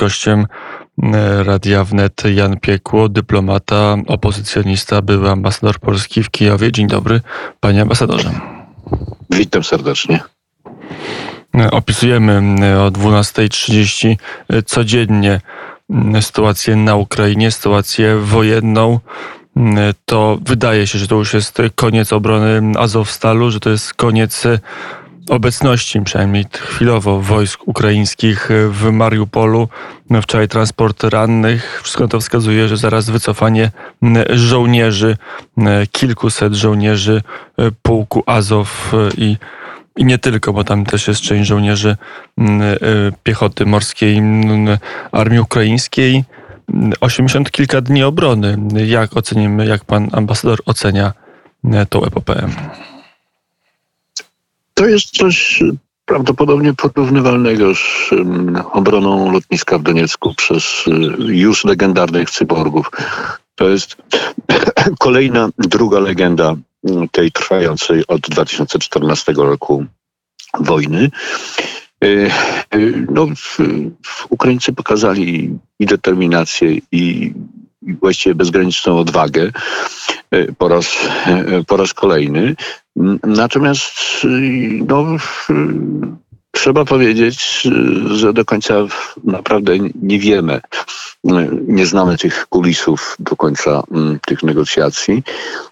Gościem Radia Wnet Jan Piekło, dyplomata, opozycjonista, były ambasador Polski w Kijowie. Dzień dobry, panie ambasadorze. Witam serdecznie. Opisujemy o 12:30 codziennie sytuację na Ukrainie, sytuację wojenną. To wydaje się, że to już jest koniec obrony Azowstalu, że to jest koniec obecności, przynajmniej chwilowo, wojsk ukraińskich w Mariupolu. Wczoraj transport rannych. Wszystko to wskazuje, że zaraz wycofanie żołnierzy, kilkuset żołnierzy pułku Azow i nie tylko, bo tam też jest część żołnierzy piechoty morskiej armii ukraińskiej. 80 kilka dni obrony. Jak ocenimy, jak pan ambasador ocenia tą epopeę? To jest coś prawdopodobnie porównywalnego z obroną lotniska w Doniecku przez już legendarnych cyborgów. To jest kolejna, druga legenda tej trwającej od 2014 roku wojny. Ukraińcy pokazali i determinację, i właściwie bezgraniczną odwagę po raz kolejny. Natomiast trzeba powiedzieć, że do końca naprawdę nie wiemy, nie znamy tych kulisów do końca tych negocjacji.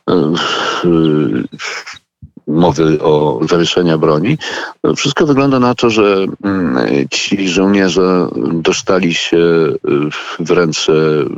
Mowy o zawieszeniu broni. Wszystko wygląda na to, że ci żołnierze dostali się w ręce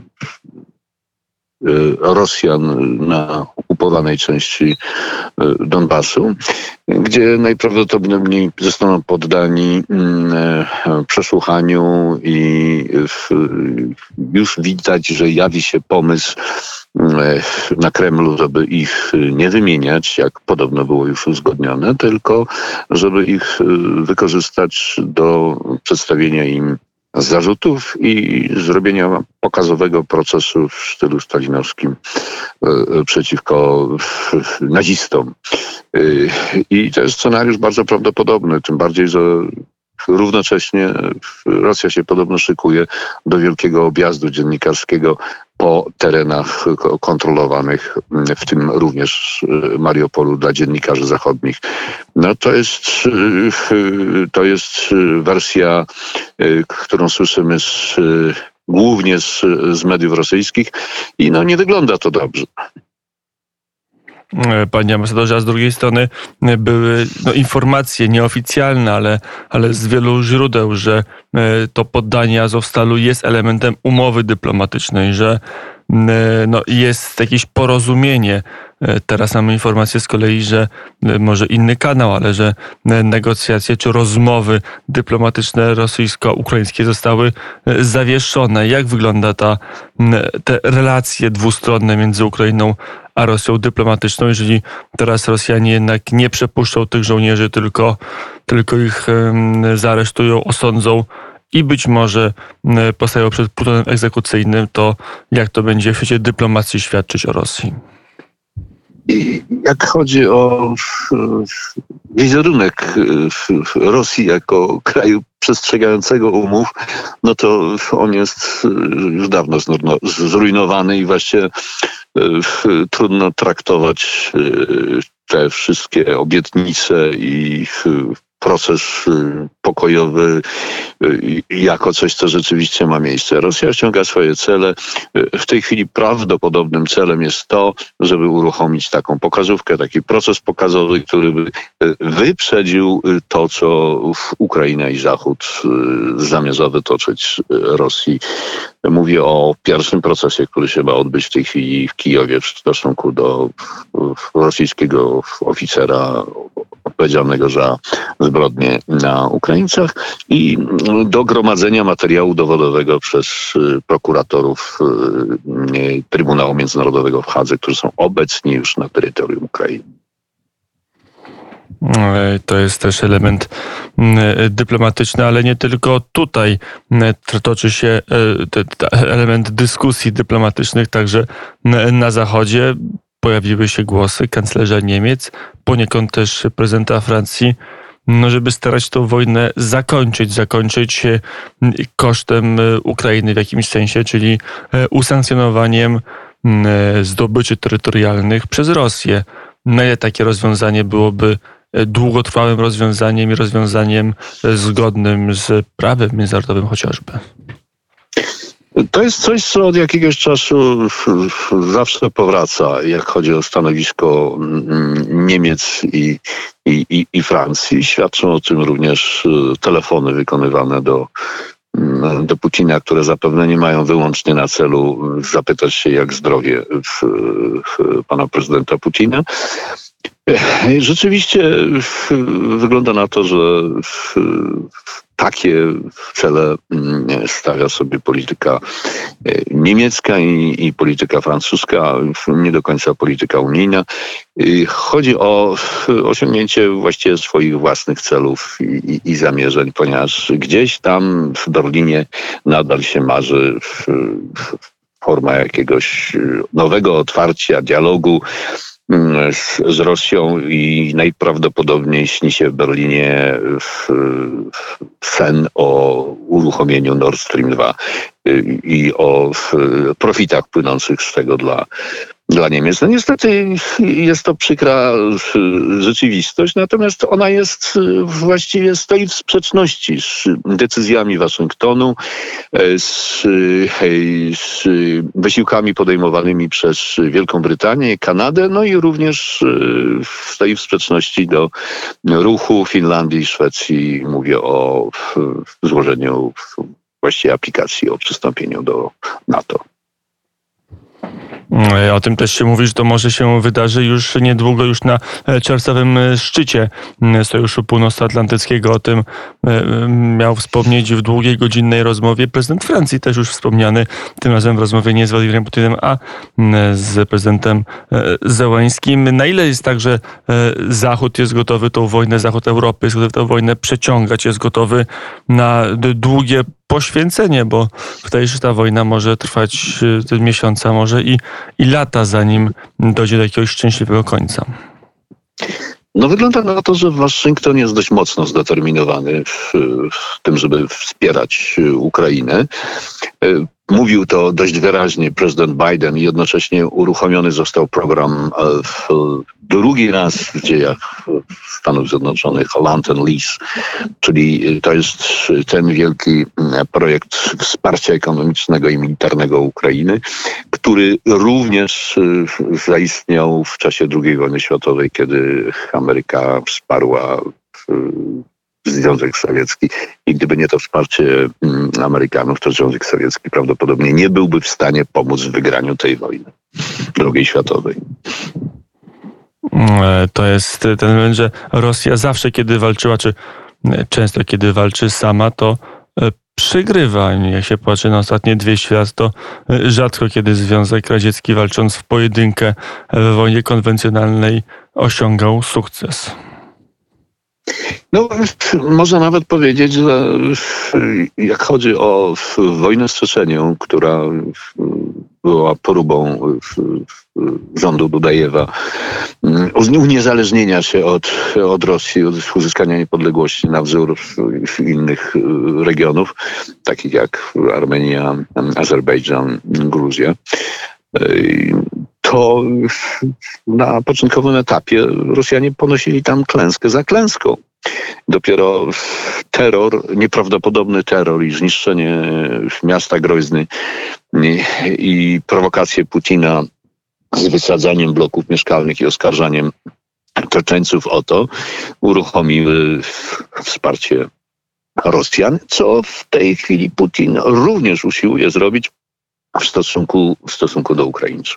Rosjan na okupowanej części Donbasu, gdzie najprawdopodobniej zostaną poddani przesłuchaniu i już widać, że jawi się pomysł na Kremlu, żeby ich nie wymieniać, jak podobno było już uzgodnione, tylko żeby ich wykorzystać do przedstawienia im zarzutów i zrobienia pokazowego procesu w stylu stalinowskim przeciwko nazistom. I to jest scenariusz bardzo prawdopodobny, tym bardziej, że równocześnie Rosja się podobno szykuje do wielkiego objazdu dziennikarskiego po terenach kontrolowanych, w tym również Mariupolu, dla dziennikarzy zachodnich. No to jest wersja, którą słyszymy głównie z mediów rosyjskich i nie wygląda to dobrze. Panie ambasadorze, a z drugiej strony były informacje nieoficjalne, ale z wielu źródeł, że to poddanie Azowstalu jest elementem umowy dyplomatycznej, że jest jakieś porozumienie. Teraz mamy informację z kolei, że może inny kanał, ale że negocjacje czy rozmowy dyplomatyczne rosyjsko-ukraińskie zostały zawieszone. Jak wygląda te relacje dwustronne między Ukrainą a Rosją dyplomatyczną, jeżeli teraz Rosjanie jednak nie przepuszczą tych żołnierzy, tylko ich zaaresztują, osądzą i być może postawią przed plutonem egzekucyjnym, to jak to będzie w świecie dyplomacji świadczyć o Rosji? I jak chodzi o wizerunek Rosji jako kraju przestrzegającego umów, to on jest już dawno zrujnowany i właściwie trudno traktować te wszystkie obietnice i proces pokojowy jako coś, co rzeczywiście ma miejsce. Rosja osiąga swoje cele. W tej chwili prawdopodobnym celem jest to, żeby uruchomić taką pokazówkę, taki proces pokazowy, który by wyprzedził to, co Ukraina i Zachód zamierza wytoczyć Rosji. Mówię o pierwszym procesie, który się ma odbyć w tej chwili w Kijowie w stosunku do rosyjskiego oficera odpowiedzialnego za zbrodnie na Ukraińcach i do gromadzenia materiału dowodowego przez prokuratorów Trybunału Międzynarodowego w Hadze, którzy są obecni już na terytorium Ukrainy. To jest też element dyplomatyczny, ale nie tylko tutaj toczy się element dyskusji dyplomatycznych, także na Zachodzie. Pojawiły się głosy kanclerza Niemiec, poniekąd też prezydenta Francji, no żeby starać tą wojnę zakończyć kosztem Ukrainy w jakimś sensie, czyli usankcjonowaniem zdobyczy terytorialnych przez Rosję. Na ile takie rozwiązanie byłoby długotrwałym rozwiązaniem i rozwiązaniem zgodnym z prawem międzynarodowym chociażby? To jest coś, co od jakiegoś czasu zawsze powraca, jak chodzi o stanowisko Niemiec i Francji. Świadczą o tym również telefony wykonywane do Putina, które zapewne nie mają wyłącznie na celu zapytać się, jak zdrowie pana prezydenta Putina. Rzeczywiście wygląda na to, że takie cele stawia sobie polityka niemiecka i polityka francuska, nie do końca polityka unijna. Chodzi o osiągnięcie właściwie swoich własnych celów i zamierzeń, ponieważ gdzieś tam w Berlinie nadal się marzy forma jakiegoś nowego otwarcia, dialogu z Rosją i najprawdopodobniej śni się w Berlinie sen o uruchomieniu Nord Stream 2 i o profitach płynących z tego dla Niemiec. No niestety jest to przykra rzeczywistość, natomiast ona właściwie stoi w sprzeczności z decyzjami Waszyngtonu, z wysiłkami podejmowanymi przez Wielką Brytanię, Kanadę, no i również stoi w sprzeczności do ruchu Finlandii i Szwecji. Mówię o złożeniu właściwie aplikacji o przystąpieniu do NATO. O tym też się mówi, że to może się wydarzy już niedługo, już na czerwcowym szczycie Sojuszu Północnoatlantyckiego. O tym miał wspomnieć w długiej, godzinnej rozmowie prezydent Francji, też już wspomniany, tym razem w rozmowie nie z Władimirem Putinem, a z prezydentem Zełańskim. Na ile jest tak, że Zachód jest gotowy tą wojnę, Zachód Europy jest gotowy tę wojnę przeciągać, jest gotowy na długie poświęcenie, bo wydaje się, że ta wojna może trwać miesiąca, może i lata, zanim dojdzie do jakiegoś szczęśliwego końca. No wygląda na to, że Waszyngton jest dość mocno zdeterminowany w tym, żeby wspierać Ukrainę. Mówił to dość wyraźnie prezydent Biden i jednocześnie uruchomiony został program drugi raz w dziejach Stanów Zjednoczonych Land and Lease, czyli to jest ten wielki projekt wsparcia ekonomicznego i militarnego Ukrainy, który również zaistniał w czasie II wojny światowej, kiedy Ameryka wsparła Związek Sowiecki i gdyby nie to wsparcie Amerykanów, to Związek Sowiecki prawdopodobnie nie byłby w stanie pomóc w wygraniu tej wojny II światowej. To jest ten moment, że Rosja zawsze, kiedy walczyła, czy często kiedy walczy sama, to przygrywa. Jak się patrzy na ostatnie 200 lat, to rzadko kiedy Związek Radziecki, walcząc w pojedynkę w wojnie konwencjonalnej, osiągał sukces. No, można nawet powiedzieć, że jak chodzi o wojnę z Czeczenią, która była próbą rządu Dudajewa uniezależnienia się od Rosji, od uzyskania niepodległości na wzór innych regionów, takich jak Armenia, Azerbejdżan, Gruzja, to na początkowym etapie Rosjanie ponosili tam klęskę za klęską. Dopiero terror, nieprawdopodobny terror i zniszczenie miasta Grozny i prowokacje Putina z wysadzaniem bloków mieszkalnych i oskarżaniem Czeczeńców o to uruchomiły wsparcie Rosjan, co w tej chwili Putin również usiłuje zrobić w stosunku do Ukraińców.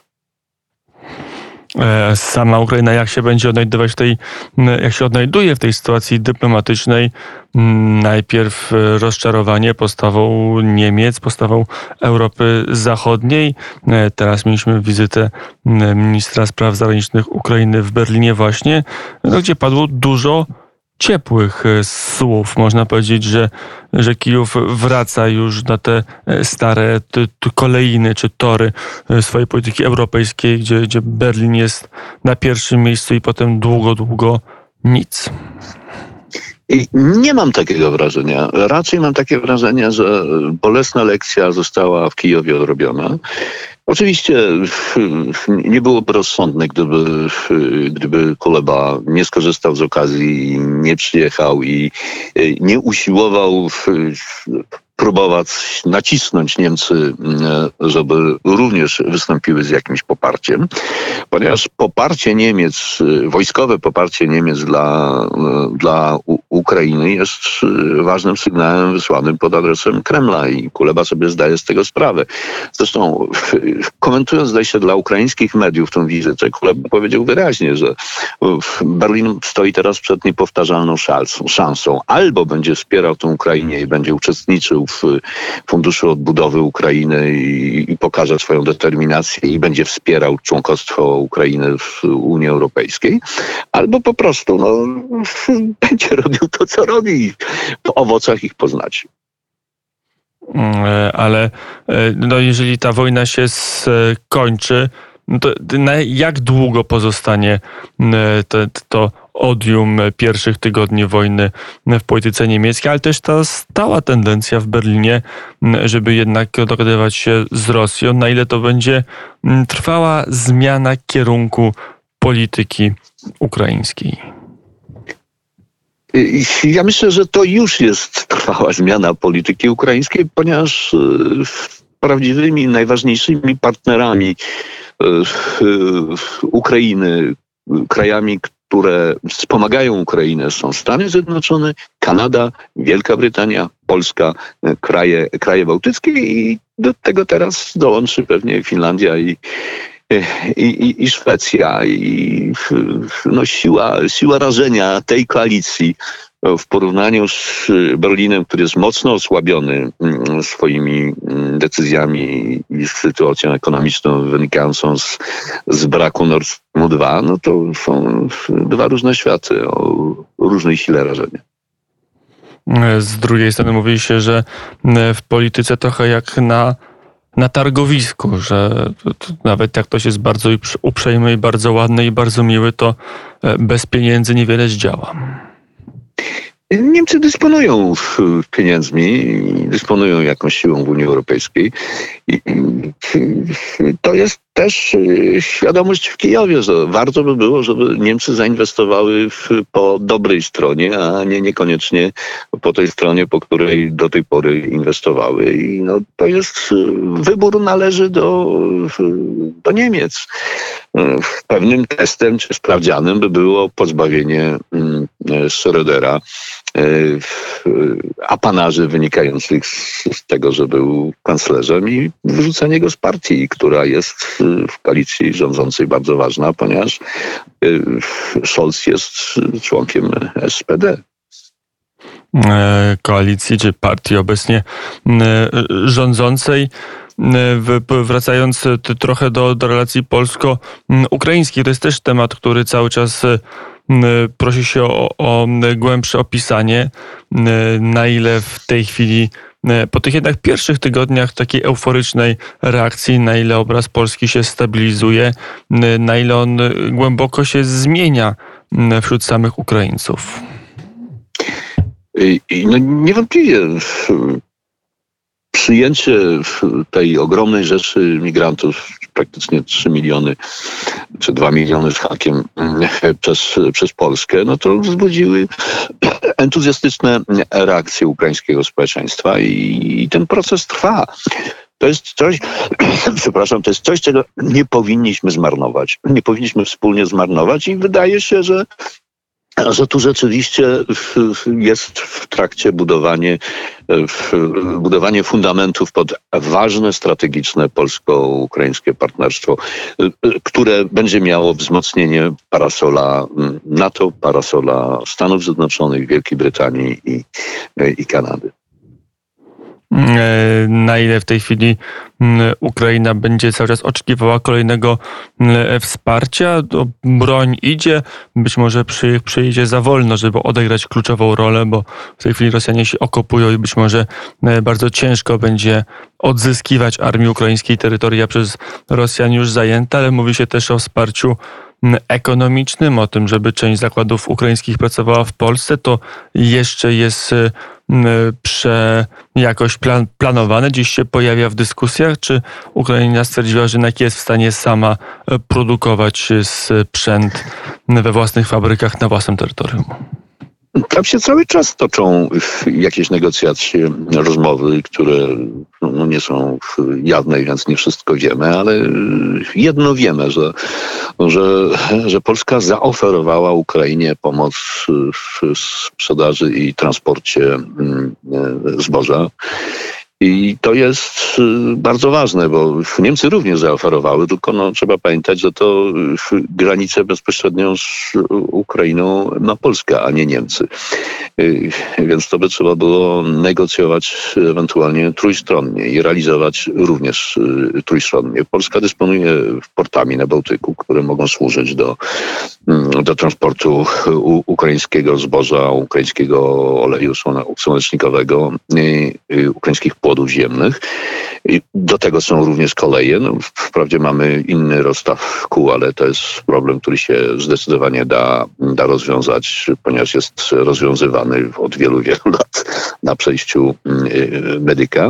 Sama Ukraina, jak się będzie odnajdywać jak się odnajduje w tej sytuacji dyplomatycznej? Najpierw rozczarowanie postawą Niemiec, postawą Europy Zachodniej. Teraz mieliśmy wizytę ministra spraw zagranicznych Ukrainy w Berlinie właśnie, gdzie padło dużo ciepłych słów. Można powiedzieć, że Kijów wraca już na te stare kolejny czy tory swojej polityki europejskiej, gdzie Berlin jest na pierwszym miejscu i potem długo nic. I nie mam takiego wrażenia. Raczej mam takie wrażenie, że bolesna lekcja została w Kijowie odrobiona. Oczywiście nie byłoby rozsądne, gdyby Kuleba nie skorzystał z okazji, nie przyjechał i nie usiłował próbować nacisnąć Niemcy, żeby również wystąpiły z jakimś poparciem, ponieważ poparcie Niemiec, wojskowe poparcie Niemiec dla Ukrainy jest ważnym sygnałem wysłanym pod adresem Kremla i Kuleba sobie zdaje z tego sprawę. Zresztą komentując, zdaje się, dla ukraińskich mediów tę wizytę, Kuleba powiedział wyraźnie, że Berlin stoi teraz przed niepowtarzalną szansą. Albo będzie wspierał tę Ukrainę i będzie uczestniczył w Funduszu Odbudowy Ukrainy i pokaże swoją determinację i będzie wspierał członkostwo Ukrainy w Unii Europejskiej, albo po prostu będzie robił to, co robi i po owocach ich poznacie. Ale jeżeli ta wojna się skończy, to jak długo pozostanie to odium pierwszych tygodni wojny w polityce niemieckiej, ale też ta stała tendencja w Berlinie, żeby jednak dogadywać się z Rosją, na ile to będzie trwała zmiana kierunku polityki ukraińskiej? Ja myślę, że to już jest trwała zmiana polityki ukraińskiej, ponieważ prawdziwymi, najważniejszymi partnerami Ukrainy, krajami, które wspomagają Ukrainę, są Stany Zjednoczone, Kanada, Wielka Brytania, Polska, kraje bałtyckie i do tego teraz dołączy pewnie Finlandia i Szwecja. I siła rażenia tej koalicji w porównaniu z Berlinem, który jest mocno osłabiony swoimi decyzjami i sytuacją ekonomiczną wynikającą z braku Nord Stream 2, to są dwa różne światy o różnej sile rażenia. Z drugiej strony mówi się, że w polityce trochę jak na targowisku, że nawet jak ktoś jest bardzo uprzejmy i bardzo ładny i bardzo miły, to bez pieniędzy niewiele zdziała. Niemcy dysponują pieniędzmi, dysponują jakąś siłą w Unii Europejskiej. I to jest też świadomość w Kijowie, że warto by było, żeby Niemcy zainwestowały po dobrej stronie, a niekoniecznie po tej stronie, po której do tej pory inwestowały. I to jest wybór należy do Niemiec. Pewnym testem czy sprawdzianem by było pozbawienie Schrödera apanarzy wynikających z tego, że był kanclerzem i wyrzucenie go z partii, która jest w koalicji rządzącej bardzo ważna, ponieważ Scholz jest członkiem SPD. Koalicji czy partii obecnie rządzącej. Wracając trochę do relacji polsko-ukraińskich, to jest też temat, który cały czas prosi się o głębsze opisanie, na ile w tej chwili, po tych jednak pierwszych tygodniach takiej euforycznej reakcji, na ile obraz Polski się stabilizuje, na ile on głęboko się zmienia wśród samych Ukraińców. Niewątpliwie przyjęcie tej ogromnej rzeszy migrantów, praktycznie 3 miliony czy 2 miliony z hakiem przez Polskę, to wzbudziły entuzjastyczne reakcje ukraińskiego społeczeństwa i ten proces trwa. To jest coś, to jest coś, czego nie powinniśmy zmarnować. Nie powinniśmy wspólnie zmarnować i wydaje się, że tu rzeczywiście jest w trakcie budowanie fundamentów pod ważne, strategiczne polsko-ukraińskie partnerstwo, które będzie miało wzmocnienie parasola NATO, parasola Stanów Zjednoczonych, Wielkiej Brytanii i Kanady. Na ile w tej chwili Ukraina będzie cały czas oczekiwała kolejnego wsparcia? Broń idzie, być może przyjdzie za wolno, żeby odegrać kluczową rolę, bo w tej chwili Rosjanie się okopują i być może bardzo ciężko będzie odzyskiwać armii ukraińskiej terytoria przez Rosjan już zajęte, ale mówi się też o wsparciu ekonomicznym, o tym, żeby część zakładów ukraińskich pracowała w Polsce, to jeszcze jest jakoś planowane, gdzieś się pojawia w dyskusjach, czy Ukraina stwierdziła, że jednak jest w stanie sama produkować sprzęt we własnych fabrykach na własnym terytorium? Tam się cały czas toczą jakieś negocjacje, rozmowy, które nie są jawne, więc nie wszystko wiemy, ale jedno wiemy, że Polska zaoferowała Ukrainie pomoc w sprzedaży i transporcie zboża. I to jest bardzo ważne, bo Niemcy również zaoferowały, tylko trzeba pamiętać, że to granicę bezpośrednią z Ukrainą ma Polska, a nie Niemcy. Więc to by trzeba było negocjować ewentualnie trójstronnie i realizować również trójstronnie. Polska dysponuje portami na Bałtyku, które mogą służyć do transportu ukraińskiego zboża, ukraińskiego oleju słonecznikowego, ukraińskich płodów ziemnych. I do tego są również koleje. Wprawdzie mamy inny rozstaw kół, ale to jest problem, który się zdecydowanie da rozwiązać, ponieważ jest rozwiązywany od wielu lat na przejściu Medyka.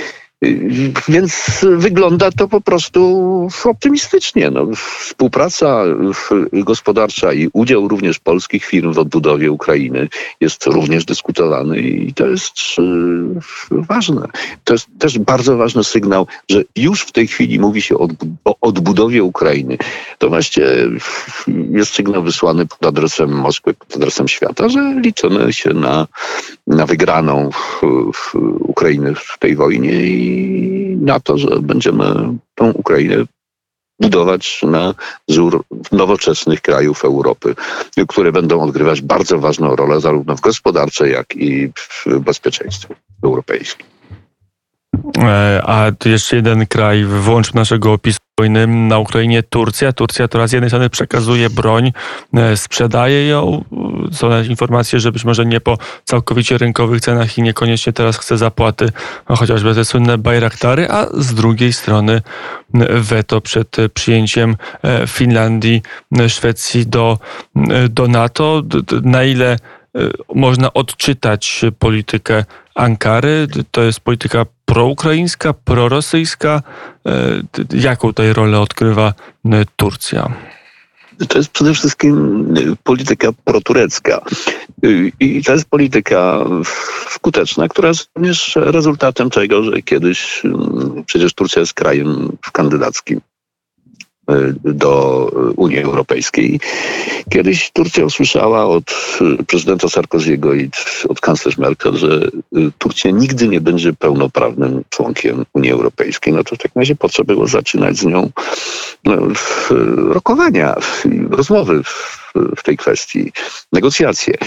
Więc wygląda to po prostu optymistycznie. Współpraca gospodarcza i udział również polskich firm w odbudowie Ukrainy jest również dyskutowany i to jest ważne. To jest też bardzo ważny sygnał, że już w tej chwili mówi się o odbudowie Ukrainy. To właściwie jest sygnał wysłany pod adresem Moskwy, pod adresem świata, że liczymy się na wygraną Ukrainy w tej wojnie i na to, że będziemy tą Ukrainę budować na wzór nowoczesnych krajów Europy, które będą odgrywać bardzo ważną rolę zarówno w gospodarce, jak i w bezpieczeństwie europejskim. A jeszcze jeden kraj włącz naszego opisu wojny na Ukrainie, Turcja. Turcja to raz z jednej strony przekazuje broń, sprzedaje ją. Są informacje, że być może nie po całkowicie rynkowych cenach i niekoniecznie teraz chce zapłaty, chociażby te słynne Bajraktary, a z drugiej strony weto przed przyjęciem Finlandii, Szwecji do NATO. Na ile można odczytać politykę Ankary? To jest polityka proukraińska, prorosyjska? Jaką tutaj rolę odgrywa Turcja? To jest przede wszystkim polityka proturecka. I to jest polityka skuteczna, która jest również rezultatem tego, że kiedyś przecież Turcja jest krajem kandydackim do Unii Europejskiej. Kiedyś Turcja usłyszała od prezydenta Sarkoziego i od kanclerz Merkel, że Turcja nigdy nie będzie pełnoprawnym członkiem Unii Europejskiej. No to w takim razie potrzeba było zaczynać z nią rokowania, rozmowy w tej kwestii, negocjacje.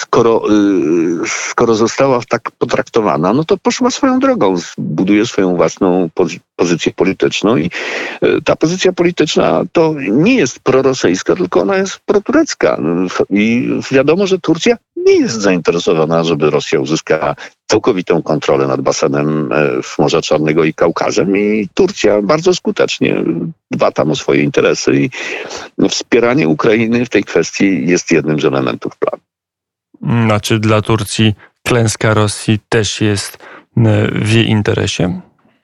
Skoro została tak potraktowana, no to poszła swoją drogą, buduje swoją własną pozycję polityczną i ta pozycja polityczna to nie jest prorosyjska, tylko ona jest proturecka. I wiadomo, że Turcja nie jest zainteresowana, żeby Rosja uzyskała całkowitą kontrolę nad basenem Morza Czarnego i Kaukazem i Turcja bardzo skutecznie dba tam o swoje interesy i wspieranie Ukrainy w tej kwestii jest jednym z elementów planu. Znaczy dla Turcji klęska Rosji też jest w jej interesie?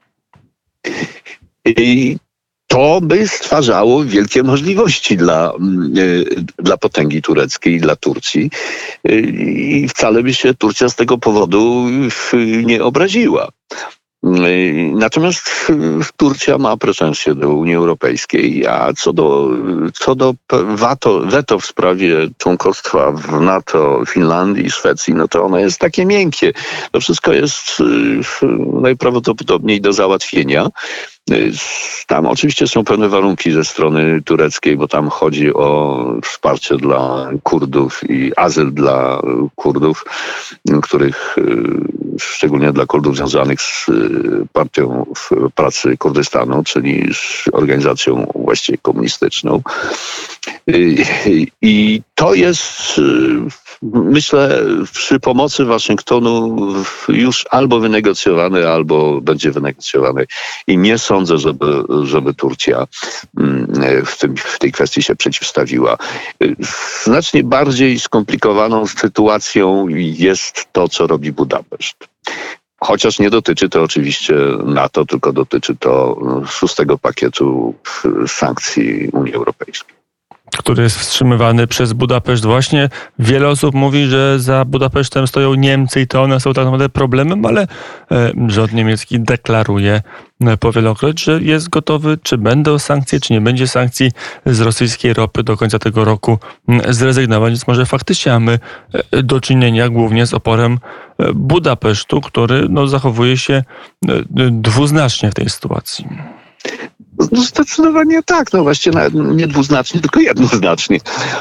I to by stwarzało wielkie możliwości dla potęgi tureckiej, dla Turcji. I wcale by się Turcja z tego powodu nie obraziła. Natomiast Turcja ma pretensje do Unii Europejskiej, a co do weto w sprawie członkostwa w NATO Finlandii i Szwecji, no to ono jest takie miękkie. To wszystko jest najprawdopodobniej do załatwienia. Tam oczywiście są pewne warunki ze strony tureckiej, bo tam chodzi o wsparcie dla Kurdów i azyl dla Kurdów, których szczególnie dla Kurdów związanych z Partią Pracy Kurdystanu, czyli z organizacją właściwie komunistyczną. I to jest, myślę, przy pomocy Waszyngtonu już albo wynegocjowane, albo będzie wynegocjowane. I nie sądzę, żeby Turcja w tej kwestii się przeciwstawiła. Znacznie bardziej skomplikowaną sytuacją jest to, co robi Budapeszt. Chociaż nie dotyczy to oczywiście NATO, tylko dotyczy to 6. pakietu sankcji Unii Europejskiej, który jest wstrzymywany przez Budapeszt właśnie. Wiele osób mówi, że za Budapesztem stoją Niemcy i to one są tak naprawdę problemem, ale rząd niemiecki deklaruje powielokroć, że jest gotowy, czy będą sankcje, czy nie będzie sankcji z rosyjskiej ropy do końca tego roku zrezygnować. Więc może faktycznie mamy do czynienia głównie z oporem Budapesztu, który zachowuje się dwuznacznie w tej sytuacji. No zdecydowanie tak, właściwie nie dwuznacznie, tylko jednoznacznie.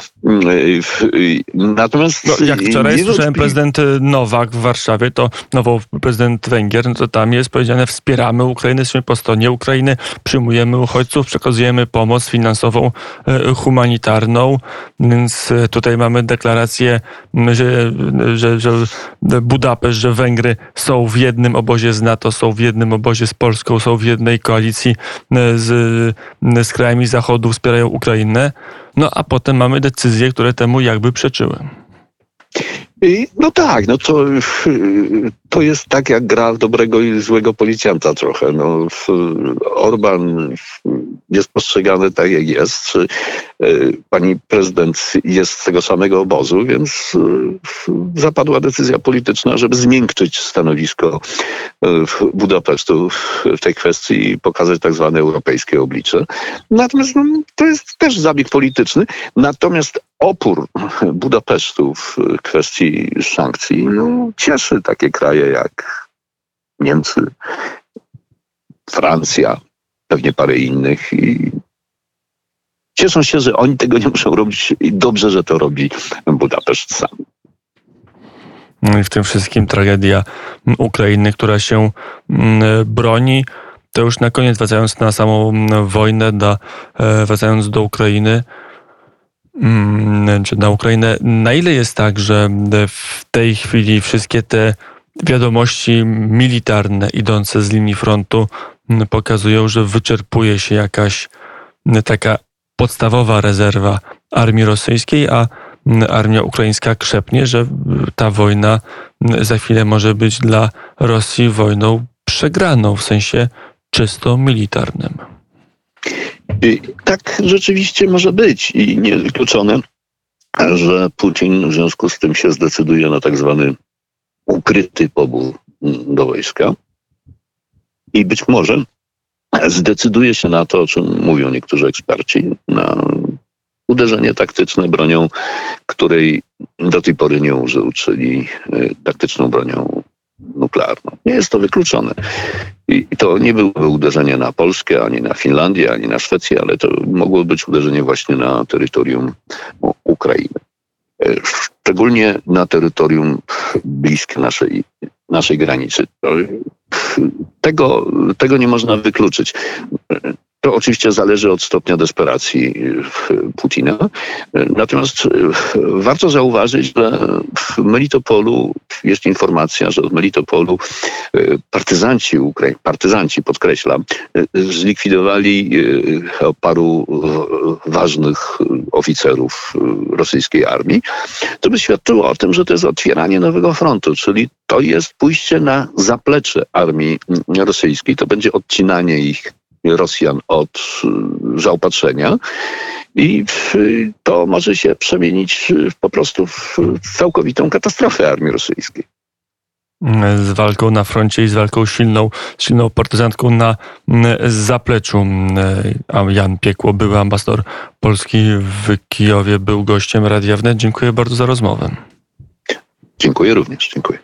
Natomiast jak wczoraj słyszałem prezydent Nowak w Warszawie, to prezydent Węgier, to tam jest powiedziane: wspieramy Ukrainę, jesteśmy po stronie Ukrainy, przyjmujemy uchodźców, przekazujemy pomoc finansową, humanitarną, więc tutaj mamy deklarację, że Budapeszt, że Węgry są w jednym obozie z NATO, są w jednym obozie z Polską, są w jednej koalicji z krajami Zachodu, wspierają Ukrainę. A potem mamy decyzje, które temu jakby przeczyły. Tak, to jest tak jak gra w dobrego i złego policjanta trochę. Orbán jest postrzegany tak, jak jest. Pani prezydent jest z tego samego obozu, więc zapadła decyzja polityczna, żeby zmiękczyć stanowisko Budapesztu w tej kwestii i pokazać tak zwane europejskie oblicze. Natomiast to jest też zabieg polityczny. Natomiast opór Budapesztu w kwestii sankcji cieszy takie kraje jak Niemcy, Francja, pewnie parę innych. I cieszą się, że oni tego nie muszą robić i dobrze, że to robi Budapeszt sam. I w tym wszystkim tragedia Ukrainy, która się broni. To już na koniec, wracając na samą wojnę, wracając do Ukrainy, czy na Ukrainę, na ile jest tak, że w tej chwili wszystkie te wiadomości militarne idące z linii frontu pokazują, że wyczerpuje się jakaś taka podstawowa rezerwa armii rosyjskiej, a armia ukraińska krzepnie, że ta wojna za chwilę może być dla Rosji wojną przegraną w sensie czysto militarnym? Tak rzeczywiście może być i niewykluczone, że Putin w związku z tym się zdecyduje na tak zwany ukryty pobór do wojska i być może zdecyduje się na to, o czym mówią niektórzy eksperci, na uderzenie taktyczne bronią, której do tej pory nie użył, czyli taktyczną bronią nuklearną. Nie jest to wykluczone. I to nie byłoby uderzenie na Polskę, ani na Finlandię, ani na Szwecję, ale to mogło być uderzenie właśnie na terytorium Ukrainy. Szczególnie na terytorium bliskie naszej granicy. Tego nie można wykluczyć. To oczywiście zależy od stopnia desperacji Putina. Natomiast warto zauważyć, że w Melitopolu jest informacja, że od Melitopolu partyzanci, podkreślam, zlikwidowali paru ważnych oficerów rosyjskiej armii. To by świadczyło o tym, że to jest otwieranie nowego frontu, czyli to jest pójście na zaplecze armii rosyjskiej. To będzie odcinanie ich Rosjan od zaopatrzenia i to może się przemienić po prostu w całkowitą katastrofę armii rosyjskiej. Z walką na froncie i z walką silną partyzantką na zapleczu. A Jan Piekło, były ambasador Polski w Kijowie, był gościem Radia Wnet. Dziękuję bardzo za rozmowę. Dziękuję również. Dziękuję.